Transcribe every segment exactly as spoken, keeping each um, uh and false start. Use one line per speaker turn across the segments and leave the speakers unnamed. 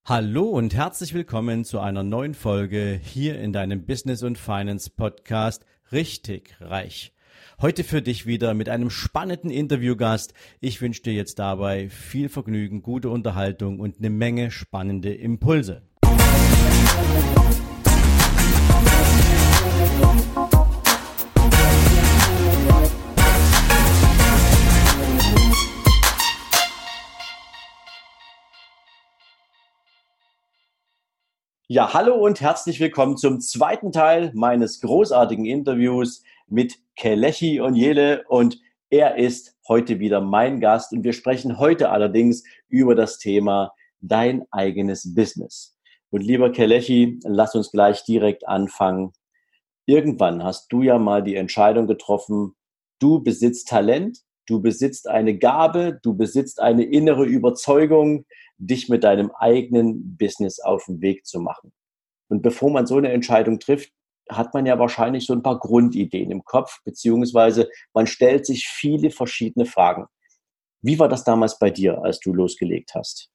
Hallo und herzlich willkommen zu einer neuen Folge hier in deinem Business und Finance Podcast Richtig Reich. Heute für dich wieder mit einem spannenden Interviewgast. Ich wünsche dir jetzt dabei viel Vergnügen, gute Unterhaltung und eine Menge spannende Impulse. Ja, hallo und herzlich willkommen zum zweiten Teil meines großartigen Interviews mit Kelechi Onyele, und er ist heute wieder mein Gast und wir sprechen heute allerdings über das Thema dein eigenes Business. Und lieber Kelechi, lass uns gleich direkt anfangen. Irgendwann hast du ja mal die Entscheidung getroffen, du besitzt Talent, du besitzt eine Gabe, du besitzt eine innere Überzeugung, dich mit deinem eigenen Business auf den Weg zu machen. Und bevor man so eine Entscheidung trifft, hat man ja wahrscheinlich so ein paar Grundideen im Kopf, beziehungsweise man stellt sich viele verschiedene Fragen. Wie war das damals bei dir, als du losgelegt hast?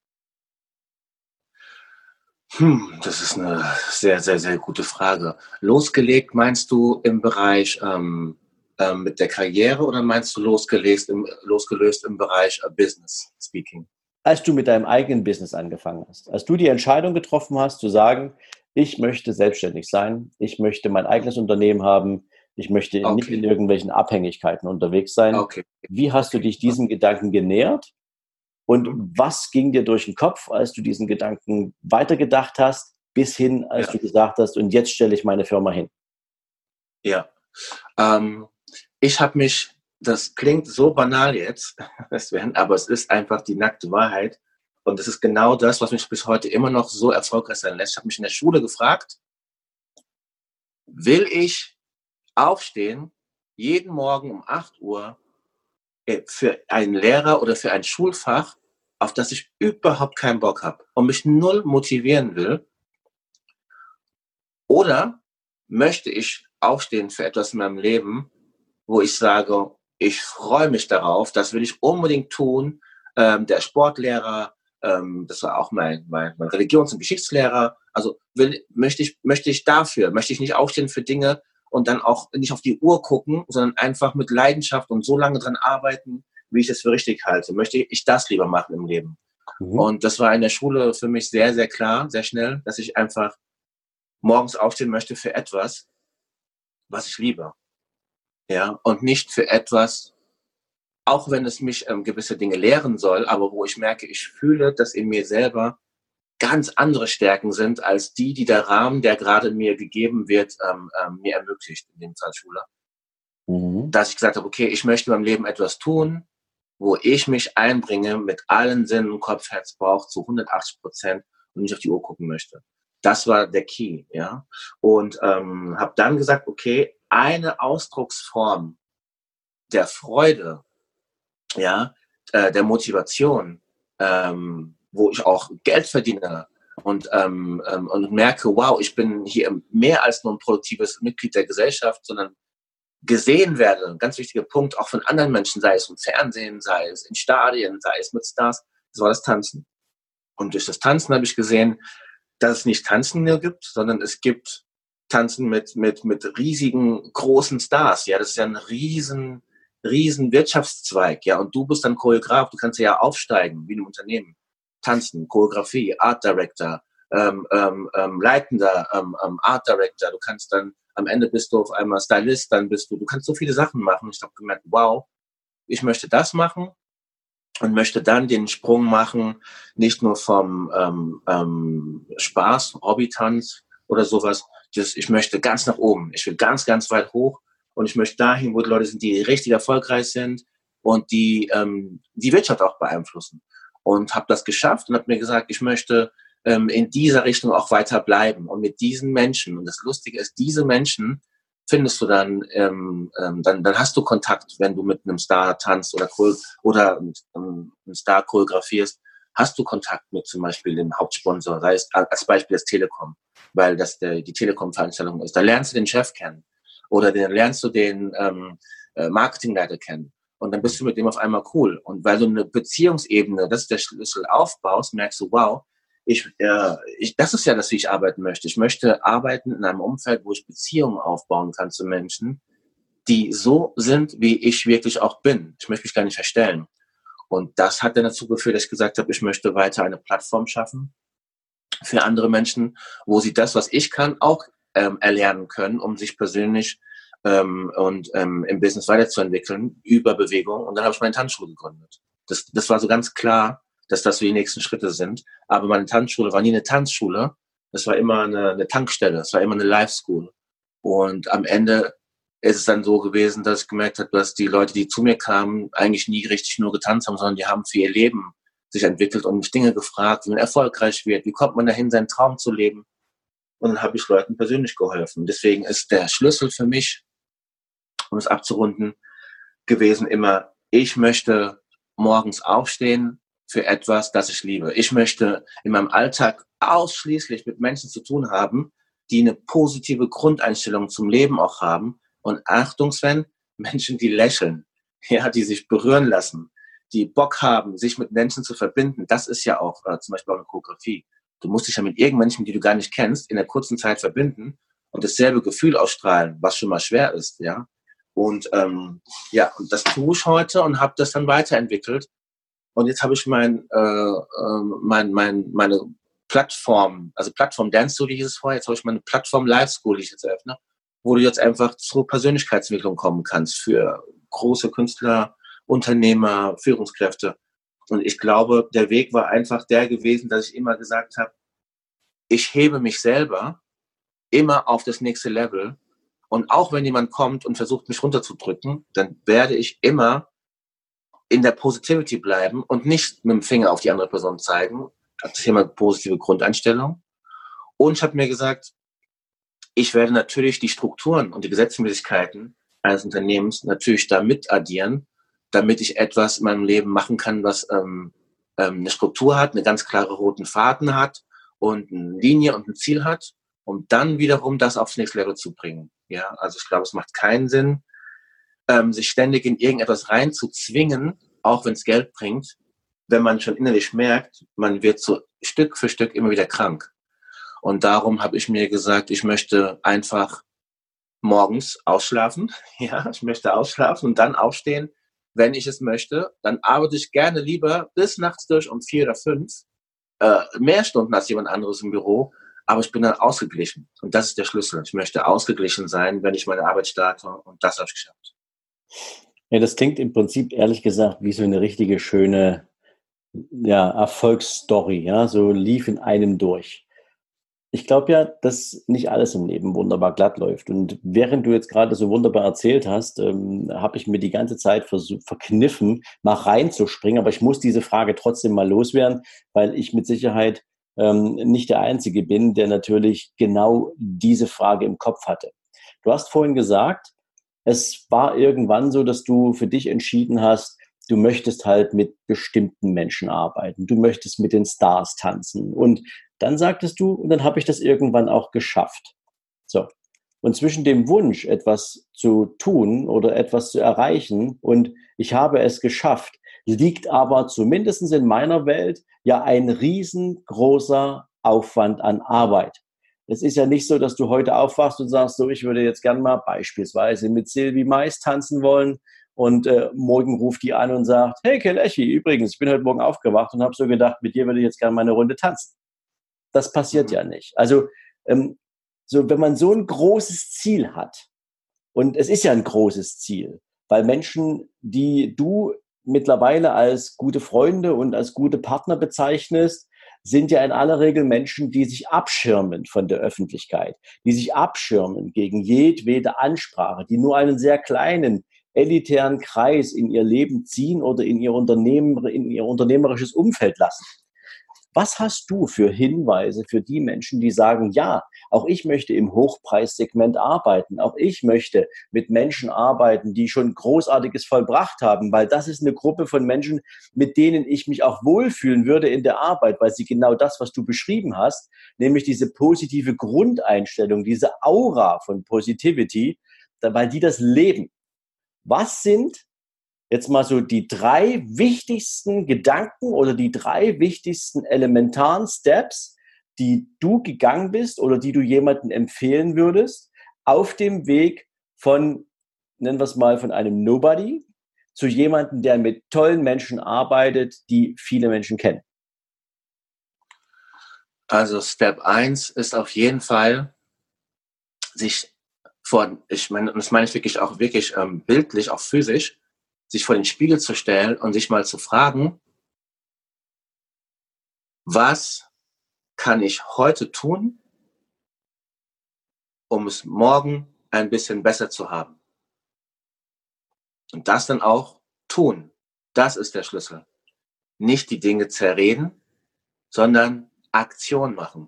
Hm, das ist eine sehr, sehr, sehr gute Frage. Losgelegt meinst du im Bereich ähm, ähm, mit der Karriere oder meinst du losgelöst im, losgelöst im Bereich äh, Business Speaking?
Als du mit deinem eigenen Business angefangen hast, als du die Entscheidung getroffen hast, zu sagen, ich möchte selbstständig sein, ich möchte mein eigenes Unternehmen haben, ich möchte
Okay.
nicht in irgendwelchen Abhängigkeiten unterwegs sein.
Okay.
Wie hast du dich diesem Gedanken genähert? Und
Mhm.
was ging dir durch den Kopf, als du diesen Gedanken weitergedacht hast, bis hin, als
Ja.
du gesagt hast, und jetzt stelle ich meine Firma hin?
Ja. Ähm, ich habe mich, das klingt so banal jetzt, aber es ist einfach die nackte Wahrheit. Und es ist genau das, was mich bis heute immer noch so erfolgreich sein lässt. Ich habe mich in der Schule gefragt, will ich aufstehen, jeden Morgen um acht Uhr für einen Lehrer oder für ein Schulfach, auf das ich überhaupt keinen Bock habe und mich null motivieren will? Oder möchte ich aufstehen für etwas in meinem Leben, wo ich sage, ich freue mich darauf, das will ich unbedingt tun. Ähm, der Sportlehrer, ähm, das war auch mein, mein, mein Religions- und Geschichtslehrer. Also will, möchte ich, möchte ich dafür, möchte ich nicht aufstehen für Dinge und dann auch nicht auf die Uhr gucken, sondern einfach mit Leidenschaft und so lange dran arbeiten, wie ich das für richtig halte. Möchte ich das lieber machen im Leben?
Mhm.
Und das war in der Schule für mich sehr, sehr klar, sehr schnell, dass ich einfach morgens aufstehen möchte für etwas, was ich liebe. Ja, und nicht für etwas, auch wenn es mich ähm, gewisse Dinge lehren soll, aber wo ich merke, ich fühle, dass in mir selber ganz andere Stärken sind, als die, die der Rahmen, der gerade mir gegeben wird, ähm, ähm, mir ermöglicht in dem Fall Schule.
Mhm.
Dass ich gesagt habe, okay, ich möchte in meinem Leben etwas tun, wo ich mich einbringe mit allen Sinnen, Kopf, Herz, Bauch zu hundertachtzig Prozent und nicht auf die Uhr gucken möchte. Das war der Key, ja. Und ähm, habe dann gesagt, okay, eine Ausdrucksform der Freude, ja, äh, der Motivation, ähm, wo ich auch Geld verdiene und, ähm, ähm, und merke, wow, ich bin hier mehr als nur ein produktives Mitglied der Gesellschaft, sondern gesehen werde, ein ganz wichtiger Punkt, auch von anderen Menschen, sei es im Fernsehen, sei es in Stadien, sei es mit Stars, das war das Tanzen. Und durch das Tanzen habe ich gesehen, dass es nicht Tanzen nur gibt, sondern es gibt Tanzen mit, mit, mit riesigen, großen Stars. Ja, das ist ja ein riesen, riesen Wirtschaftszweig. Ja, und du bist dann Choreograf, du kannst ja aufsteigen, wie in einem Unternehmen. Tanzen, Choreografie, Art Director, ähm, ähm, ähm, leitender ähm, ähm, Art Director. Du kannst dann, am Ende bist du auf einmal Stylist, dann bist du, du kannst so viele Sachen machen. Ich habe gemerkt, wow, ich möchte das machen. Und möchte dann den Sprung machen, nicht nur vom ähm, ähm, Spaß, Hobbytanz oder sowas. Das, ich möchte ganz nach oben. Ich will ganz, ganz weit hoch. Und ich möchte dahin, wo die Leute sind, die richtig erfolgreich sind und die ähm, die Wirtschaft auch beeinflussen. Und habe das geschafft und habe mir gesagt, ich möchte ähm, in dieser Richtung auch weiter bleiben. Und mit diesen Menschen, und das Lustige ist, diese Menschen findest du dann, ähm, ähm, dann, dann hast du Kontakt, wenn du mit einem Star tanzt oder oder ähm, einen Star choreografierst, hast du Kontakt mit zum Beispiel dem Hauptsponsor, sei es als Beispiel das Telekom, weil das der, die Telekom-Veranstaltung ist. Da lernst du den Chef kennen oder dann lernst du den ähm, Marketingleiter kennen und dann bist du mit dem auf einmal cool. Und weil du eine Beziehungsebene, das ist der Schlüssel, aufbaust, merkst du, wow, Ich, äh, ich, das ist ja das, wie ich arbeiten möchte. Ich möchte arbeiten in einem Umfeld, wo ich Beziehungen aufbauen kann zu Menschen, die so sind, wie ich wirklich auch bin. Ich möchte mich gar nicht verstellen. Und das hat dann dazu geführt, dass ich gesagt habe, ich möchte weiter eine Plattform schaffen für andere Menschen, wo sie das, was ich kann, auch ähm, erlernen können, um sich persönlich ähm, und ähm, im Business weiterzuentwickeln über Bewegung. Und dann habe ich meine Tanzschule gegründet. Das, das war so ganz klar, dass das so die nächsten Schritte sind. Aber meine Tanzschule war nie eine Tanzschule. Das war immer eine, eine Tankstelle. Es war immer eine Life School. Und am Ende ist es dann so gewesen, dass ich gemerkt habe, dass die Leute, die zu mir kamen, eigentlich nie richtig nur getanzt haben, sondern die haben für ihr Leben sich entwickelt und mich Dinge gefragt, wie man erfolgreich wird, wie kommt man dahin, seinen Traum zu leben. Und dann habe ich Leuten persönlich geholfen. Deswegen ist der Schlüssel für mich, um es abzurunden, gewesen immer, ich möchte morgens aufstehen für etwas, das ich liebe. Ich möchte in meinem Alltag ausschließlich mit Menschen zu tun haben, die eine positive Grundeinstellung zum Leben auch haben. Und Achtung, Sven, Menschen, die lächeln, ja, die sich berühren lassen, die Bock haben, sich mit Menschen zu verbinden. Das ist ja auch äh, zum Beispiel auch eine Choreografie. Du musst dich ja mit irgendwelchen Menschen, die du gar nicht kennst, in der kurzen Zeit verbinden und dasselbe Gefühl ausstrahlen, was schon mal schwer ist, ja. Und ähm, ja, und das tue ich heute und habe das dann weiterentwickelt. Und jetzt habe ich mein, äh, äh, mein, mein, meine Plattform, also Plattform Dance Studio hieß es vorher, jetzt habe ich meine Plattform Live School, die ich jetzt eröffne, wo du jetzt einfach zur Persönlichkeitsentwicklung kommen kannst für große Künstler, Unternehmer, Führungskräfte. Und ich glaube, der Weg war einfach der gewesen, dass ich immer gesagt habe, ich hebe mich selber immer auf das nächste Level. Und auch wenn jemand kommt und versucht, mich runterzudrücken, dann werde ich immer in der Positivity bleiben und nicht mit dem Finger auf die andere Person zeigen. Das Thema positive Grundeinstellung. Und ich habe mir gesagt, ich werde natürlich die Strukturen und die Gesetzmäßigkeiten eines Unternehmens natürlich da mit addieren, damit ich etwas in meinem Leben machen kann, was ähm, ähm, eine Struktur hat, eine ganz klare roten Faden hat und eine Linie und ein Ziel hat, um dann wiederum das aufs nächste Level zu bringen. Ja, also ich glaube, es macht keinen Sinn, ähm, sich ständig in irgendetwas reinzuzwingen, auch wenn es Geld bringt, wenn man schon innerlich merkt, man wird so Stück für Stück immer wieder krank. Und darum habe ich mir gesagt, ich möchte einfach morgens ausschlafen. Ja, ich möchte ausschlafen und dann aufstehen, wenn ich es möchte. Dann arbeite ich gerne lieber bis nachts durch um vier oder fünf, äh, mehr Stunden als jemand anderes im Büro. Aber ich bin dann ausgeglichen. Und das ist der Schlüssel. Ich möchte ausgeglichen sein, wenn ich meine Arbeit starte. Und das habe ich geschafft.
Ja, das klingt im Prinzip, ehrlich gesagt, wie so eine richtige schöne, ja, Erfolgsstory. Ja, so lief in einem durch. Ich glaube ja, dass nicht alles im Leben wunderbar glatt läuft. Und während du jetzt gerade so wunderbar erzählt hast, ähm, habe ich mir die ganze Zeit versucht, verkniffen, mal reinzuspringen. Aber ich muss diese Frage trotzdem mal loswerden, weil ich mit Sicherheit ähm, nicht der Einzige bin, der natürlich genau diese Frage im Kopf hatte. Du hast vorhin gesagt, es war irgendwann so, dass du für dich entschieden hast, du möchtest halt mit bestimmten Menschen arbeiten. Du möchtest mit den Stars tanzen. Und dann sagtest du, und dann habe ich das irgendwann auch geschafft. So. Und zwischen dem Wunsch, etwas zu tun oder etwas zu erreichen und ich habe es geschafft, liegt aber zumindest in meiner Welt ja ein riesengroßer Aufwand an Arbeit. Es ist ja nicht so, dass du heute aufwachst und sagst, so, ich würde jetzt gerne mal beispielsweise mit Sylvie Mais tanzen wollen und äh, morgen ruft die an und sagt, hey Kelechi, übrigens, ich bin heute Morgen aufgewacht und habe so gedacht, mit dir würde ich jetzt gerne mal eine Runde tanzen. Das passiert ja nicht. Also ähm, so, wenn man so ein großes Ziel hat, und es ist ja ein großes Ziel, weil Menschen, die du mittlerweile als gute Freunde und als gute Partner bezeichnest, sind ja in aller Regel Menschen, die sich abschirmen von der Öffentlichkeit, die sich abschirmen gegen jedwede Ansprache, die nur einen sehr kleinen, elitären Kreis in ihr Leben ziehen oder in ihr Unternehmen, in ihr unternehmerisches Umfeld lassen. Was hast du für Hinweise für die Menschen, die sagen, ja, auch ich möchte im Hochpreissegment arbeiten, auch ich möchte mit Menschen arbeiten, die schon Großartiges vollbracht haben, weil das ist eine Gruppe von Menschen, mit denen ich mich auch wohlfühlen würde in der Arbeit, weil sie genau das, was du beschrieben hast, nämlich diese positive Grundeinstellung, diese Aura von Positivity, weil die das leben. Was sind jetzt mal so die drei wichtigsten Gedanken oder die drei wichtigsten elementaren Steps, die du gegangen bist oder die du jemandem empfehlen würdest, auf dem Weg von, nennen wir es mal, von einem Nobody zu jemandem, der mit tollen Menschen arbeitet, die viele Menschen kennen?
Also Step eins ist auf jeden Fall, sich vor, ich meine, das meine ich wirklich auch wirklich ähm, bildlich, auch physisch, sich vor den Spiegel zu stellen und sich mal zu fragen, was kann ich heute tun, um es morgen ein bisschen besser zu haben? Und das dann auch tun. Das ist der Schlüssel. Nicht die Dinge zerreden, sondern Aktion machen.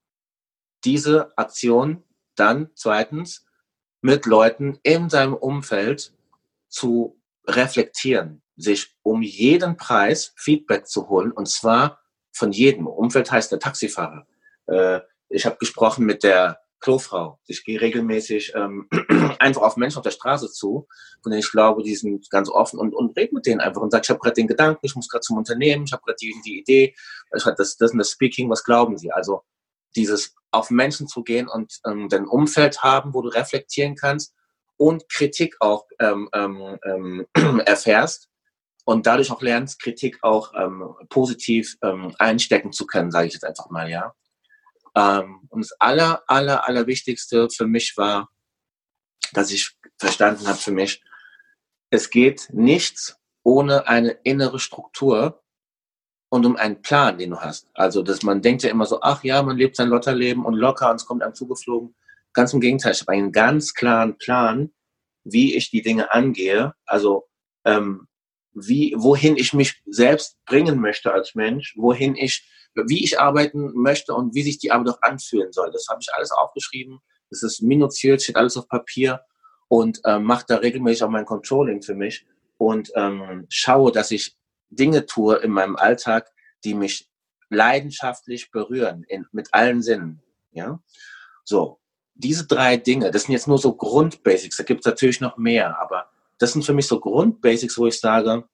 Diese Aktion dann zweitens mit Leuten in seinem Umfeld zu reflektieren, sich um jeden Preis Feedback zu holen, und zwar von jedem. Umfeld heißt der Taxifahrer. Äh, ich habe gesprochen mit der Klofrau. Ich gehe regelmäßig ähm, einfach auf Menschen auf der Straße zu, von denen ich glaube, die sind ganz offen, und, und rede mit denen einfach und sage, ich habe gerade den Gedanken, ich muss gerade zum Unternehmen, ich habe gerade die, die Idee, ich hab das, das ist das Speaking, was glauben Sie? Also dieses auf Menschen zu gehen und ähm, dein Umfeld haben, wo du reflektieren kannst und Kritik auch ähm, ähm, ähm, erfährst und dadurch auch lernst, Kritik auch ähm, positiv ähm, einstecken zu können, sage ich jetzt einfach mal, ja. Ähm, und das aller, aller, aller Wichtigste für mich war, dass ich verstanden habe für mich, es geht nichts ohne eine innere Struktur und um einen Plan, den du hast. Also, dass man denkt ja immer so, ach ja, man lebt sein Lotterleben und locker und es kommt einem zugeflogen. Ganz im Gegenteil, ich habe einen ganz klaren Plan, wie ich die Dinge angehe. Also, ähm, wie, wohin ich mich selbst bringen möchte als Mensch, wohin ich, wie ich arbeiten möchte und wie sich die Arbeit auch anfühlen soll. Das habe ich alles aufgeschrieben. Das ist minutiös, steht alles auf Papier, und ähm, mache da regelmäßig auch mein Controlling für mich und ähm, schaue, dass ich Dinge tue in meinem Alltag, die mich leidenschaftlich berühren, in, mit allen Sinnen. Ja, so, diese drei Dinge, das sind jetzt nur so Grundbasics, da gibt es natürlich noch mehr, aber das sind für mich so Grundbasics, wo ich sage,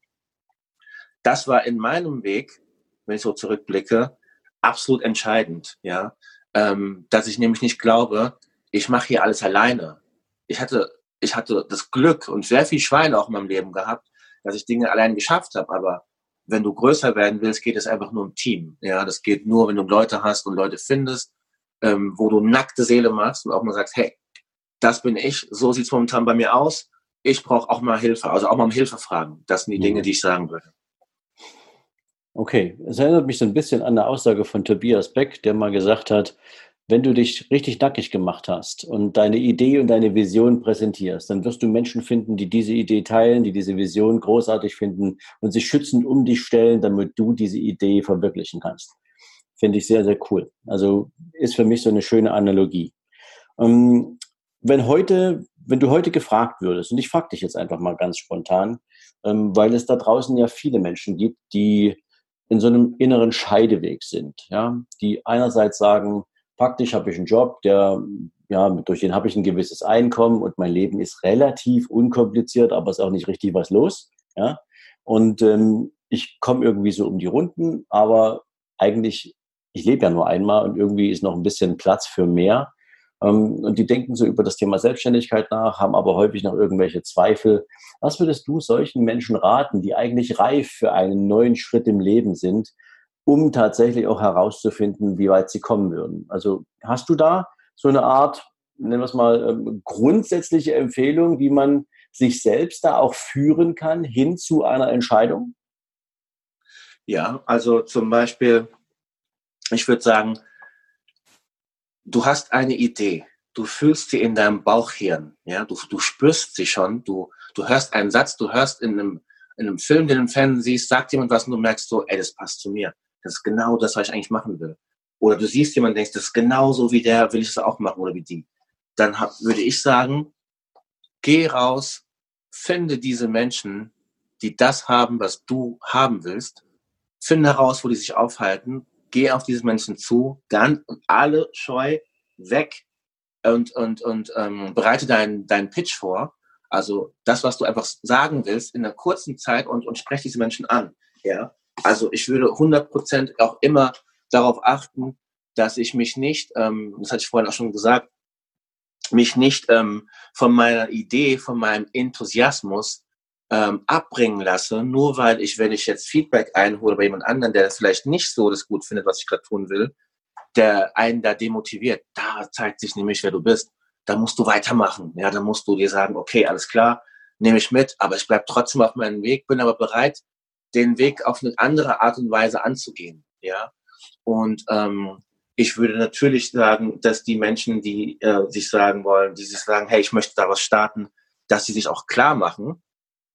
das war in meinem Weg, wenn ich so zurückblicke, absolut entscheidend, ja, ähm, dass ich nämlich nicht glaube, ich mache hier alles alleine. Ich hatte, ich hatte das Glück und sehr viel Schweine auch in meinem Leben gehabt, dass ich Dinge allein geschafft habe, aber wenn du größer werden willst, geht es einfach nur im Team. Ja, das geht nur, wenn du Leute hast und Leute findest, ähm, wo du nackte Seele machst und auch mal sagst, hey, das bin ich, so sieht's momentan bei mir aus. Ich brauche auch mal Hilfe, also auch mal um Hilfe fragen. Das sind die Dinge, die ich sagen würde.
Okay, es erinnert mich so ein bisschen an eine Aussage von Tobias Beck, der mal gesagt hat, wenn du dich richtig nackig gemacht hast und deine Idee und deine Vision präsentierst, dann wirst du Menschen finden, die diese Idee teilen, die diese Vision großartig finden und sich schützend um dich stellen, damit du diese Idee verwirklichen kannst. Finde ich sehr, sehr cool. Also ist für mich so eine schöne Analogie. Ähm, wenn heute, wenn du heute gefragt würdest, und ich frage dich jetzt einfach mal ganz spontan, ähm, weil es da draußen ja viele Menschen gibt, die in so einem inneren Scheideweg sind, ja, die einerseits sagen, praktisch habe ich einen Job, der, ja, durch den habe ich ein gewisses Einkommen und mein Leben ist relativ unkompliziert, aber ist auch nicht richtig was los, ja, und ähm, ich komme irgendwie so um die Runden, aber eigentlich, ich lebe ja nur einmal und irgendwie ist noch ein bisschen Platz für mehr. Ähm, und die denken so über das Thema Selbstständigkeit nach, haben aber häufig noch irgendwelche Zweifel. Was würdest du solchen Menschen raten, die eigentlich reif für einen neuen Schritt im Leben sind, um tatsächlich auch herauszufinden, wie weit sie kommen würden? Also hast du da so eine Art, nennen wir es mal, ähm, grundsätzliche Empfehlung, wie man sich selbst da auch führen kann hin zu einer Entscheidung?
Ja, also zum Beispiel, ich würde sagen, du hast eine Idee, du fühlst sie in deinem Bauchhirn, ja, du, du spürst sie schon, du, du hörst einen Satz, du hörst in einem, in einem Film, den du im Fernsehen siehst, sagt jemand was und du merkst so, ey, das passt zu mir. Das ist genau das, was ich eigentlich machen will. Oder du siehst jemanden und denkst, das ist genauso wie der, will ich das auch machen oder wie die. Dann hab, würde ich sagen, geh raus, finde diese Menschen, die das haben, was du haben willst, finde heraus, wo die sich aufhalten, geh auf diese Menschen zu, ganz und alle Scheu weg und, und, und ähm, bereite deinen deinen Pitch vor. Also das, was du einfach sagen willst in einer kurzen Zeit und, und sprech diese Menschen an. Ja, also ich würde hundert Prozent auch immer darauf achten, dass ich mich nicht, ähm, das hatte ich vorhin auch schon gesagt, mich nicht ähm, von meiner Idee, von meinem Enthusiasmus ähm, abbringen lasse, nur weil ich, wenn ich jetzt Feedback einhole bei jemand anderen, der das vielleicht nicht so das gut findet, was ich gerade tun will, der einen da demotiviert. Da zeigt sich nämlich, wer du bist. Da musst du weitermachen. Ja, da musst du dir sagen, okay, alles klar, nehme ich mit, aber ich bleibe trotzdem auf meinem Weg, bin aber bereit, den Weg auf eine andere Art und Weise anzugehen. Ja, und ähm, ich würde natürlich sagen, dass die Menschen, die äh, sich sagen wollen, die sich sagen, hey, ich möchte da was starten, dass sie sich auch klar machen,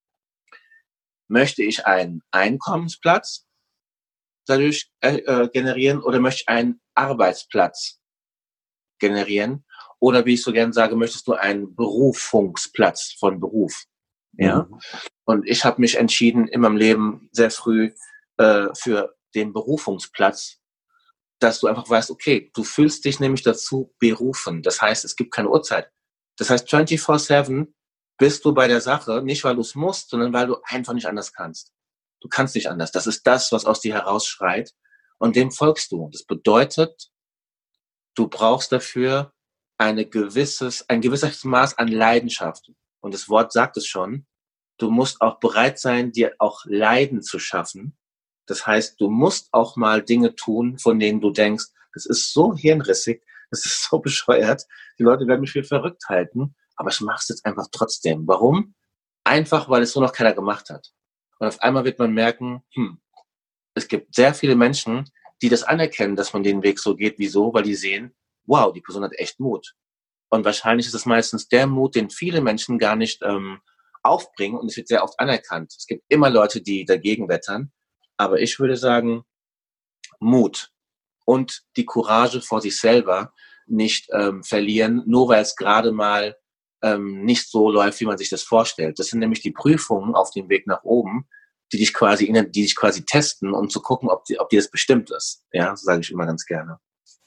möchte ich einen Einkommensplatz dadurch äh, generieren oder möchte ich einen Arbeitsplatz generieren? Oder wie ich so gerne sage, möchtest du einen Berufungsplatz von Beruf? Ja. Mhm. Und ich habe mich entschieden in meinem Leben sehr früh äh, für den Berufungsplatz, dass du einfach weißt, okay, du fühlst dich nämlich dazu berufen. Das heißt, es gibt keine Uhrzeit. Das heißt, vierundzwanzig sieben bist du bei der Sache, nicht weil du es musst, sondern weil du einfach nicht anders kannst. Du kannst nicht anders. Das ist das, was aus dir herausschreit. Und dem folgst du. Das bedeutet, du brauchst dafür eine gewisses, ein gewisses Maß an Leidenschaft. Und das Wort sagt es schon. Du musst auch bereit sein, dir auch Leiden zu schaffen. Das heißt, du musst auch mal Dinge tun, von denen du denkst, das ist so hirnrissig, das ist so bescheuert, die Leute werden mich für verrückt halten, aber ich mache es jetzt einfach trotzdem. Warum? Einfach, weil es so noch keiner gemacht hat. Und auf einmal wird man merken, hm, es gibt sehr viele Menschen, die das anerkennen, dass man den Weg so geht. Wieso? Weil die sehen, wow, die Person hat echt Mut. Und wahrscheinlich ist es meistens der Mut, den viele Menschen gar nicht ähm, aufbringen, und es wird sehr oft anerkannt. Es gibt immer Leute, die dagegen wettern. Aber ich würde sagen, Mut und die Courage vor sich selber nicht ähm, verlieren, nur weil es gerade mal ähm, nicht so läuft, wie man sich das vorstellt. Das sind nämlich die Prüfungen auf dem Weg nach oben, die dich quasi, die dich quasi testen, um zu gucken, ob, die, ob dir das bestimmt ist. Ja, so sage ich immer ganz gerne.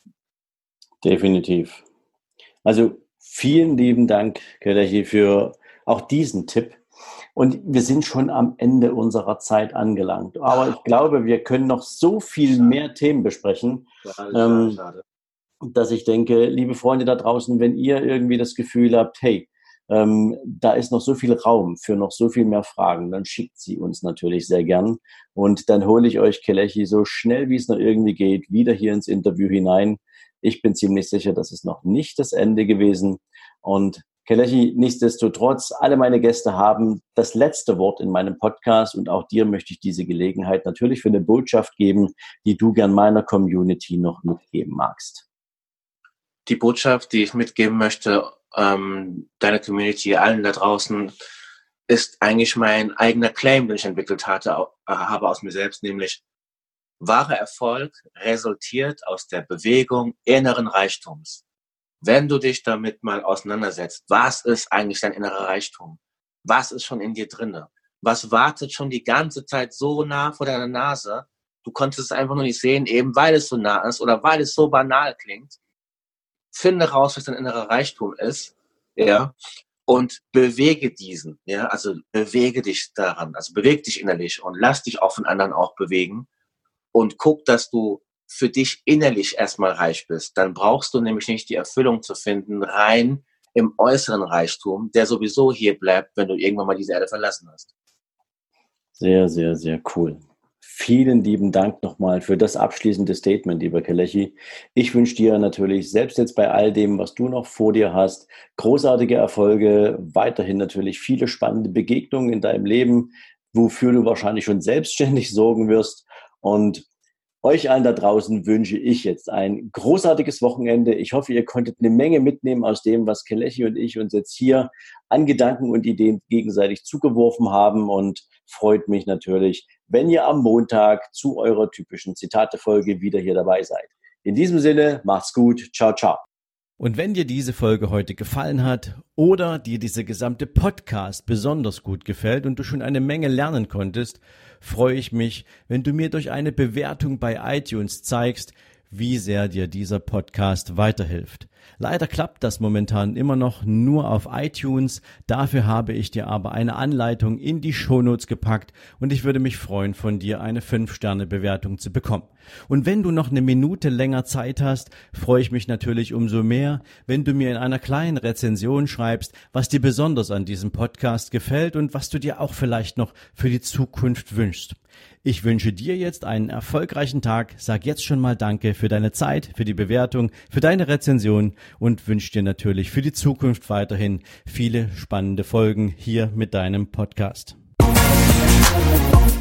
Definitiv. Also vielen lieben Dank, Kelechi, für auch diesen Tipp. Und wir sind schon am Ende unserer Zeit angelangt. Aber ich glaube, wir können noch so viel schade. mehr Themen besprechen, schade, ähm, schade. dass ich denke, liebe Freunde da draußen, wenn ihr irgendwie das Gefühl habt, hey, ähm, da ist noch so viel Raum für noch so viel mehr Fragen, dann schickt sie uns natürlich sehr gern. Und dann hole ich euch, Kelechi, so schnell wie es noch irgendwie geht, wieder hier ins Interview hinein. Ich bin ziemlich sicher, das ist noch nicht das Ende gewesen. Und Kelechi, nichtsdestotrotz, alle meine Gäste haben das letzte Wort in meinem Podcast, und auch dir möchte ich diese Gelegenheit natürlich für eine Botschaft geben, die du gern meiner Community noch mitgeben magst.
Die Botschaft, die ich mitgeben möchte, ähm, deiner Community, allen da draußen, ist eigentlich mein eigener Claim, den ich entwickelt hatte, äh, habe aus mir selbst, nämlich wahrer Erfolg resultiert aus der Bewegung inneren Reichtums. Wenn du dich damit mal auseinandersetzt, was ist eigentlich dein innerer Reichtum? Was ist schon in dir drinne? Was wartet schon die ganze Zeit so nah vor deiner Nase? Du konntest es einfach nur nicht sehen, eben weil es so nah ist oder weil es so banal klingt. Finde raus, was dein innerer Reichtum ist, ja, und bewege diesen, ja, also bewege dich daran, also bewege dich innerlich und lass dich auch von anderen auch bewegen und guck, dass du für dich innerlich erstmal reich bist. Dann brauchst du nämlich nicht die Erfüllung zu finden, rein im äußeren Reichtum, der sowieso hier bleibt, wenn du irgendwann mal diese Erde verlassen hast.
Sehr, sehr, sehr cool. Vielen lieben Dank nochmal für das abschließende Statement, lieber Kelechi. Ich wünsche dir natürlich, selbst jetzt bei all dem, was du noch vor dir hast, großartige Erfolge, weiterhin natürlich viele spannende Begegnungen in deinem Leben, wofür du wahrscheinlich schon selbstständig sorgen wirst. Und euch allen da draußen wünsche ich jetzt ein großartiges Wochenende. Ich hoffe, ihr konntet eine Menge mitnehmen aus dem, was Kelechi und ich uns jetzt hier an Gedanken und Ideen gegenseitig zugeworfen haben, und freut mich natürlich, wenn ihr am Montag zu eurer typischen Zitate-Folge wieder hier dabei seid. In diesem Sinne, macht's gut. Ciao, ciao.
Und wenn dir diese Folge heute gefallen hat oder dir dieser gesamte Podcast besonders gut gefällt und du schon eine Menge lernen konntest, freue ich mich, wenn du mir durch eine Bewertung bei iTunes zeigst, wie sehr dir dieser Podcast weiterhilft. Leider klappt das momentan immer noch nur auf iTunes. Dafür habe ich dir aber eine Anleitung in die Shownotes gepackt und ich würde mich freuen, von dir eine fünf Sterne Bewertung zu bekommen. Und wenn du noch eine Minute länger Zeit hast, freue ich mich natürlich umso mehr, wenn du mir in einer kleinen Rezension schreibst, was dir besonders an diesem Podcast gefällt und was du dir auch vielleicht noch für die Zukunft wünschst. Ich wünsche dir jetzt einen erfolgreichen Tag, sag jetzt schon mal Danke für deine Zeit, für die Bewertung, für deine Rezension und wünsche dir natürlich für die Zukunft weiterhin viele spannende Folgen hier mit deinem Podcast.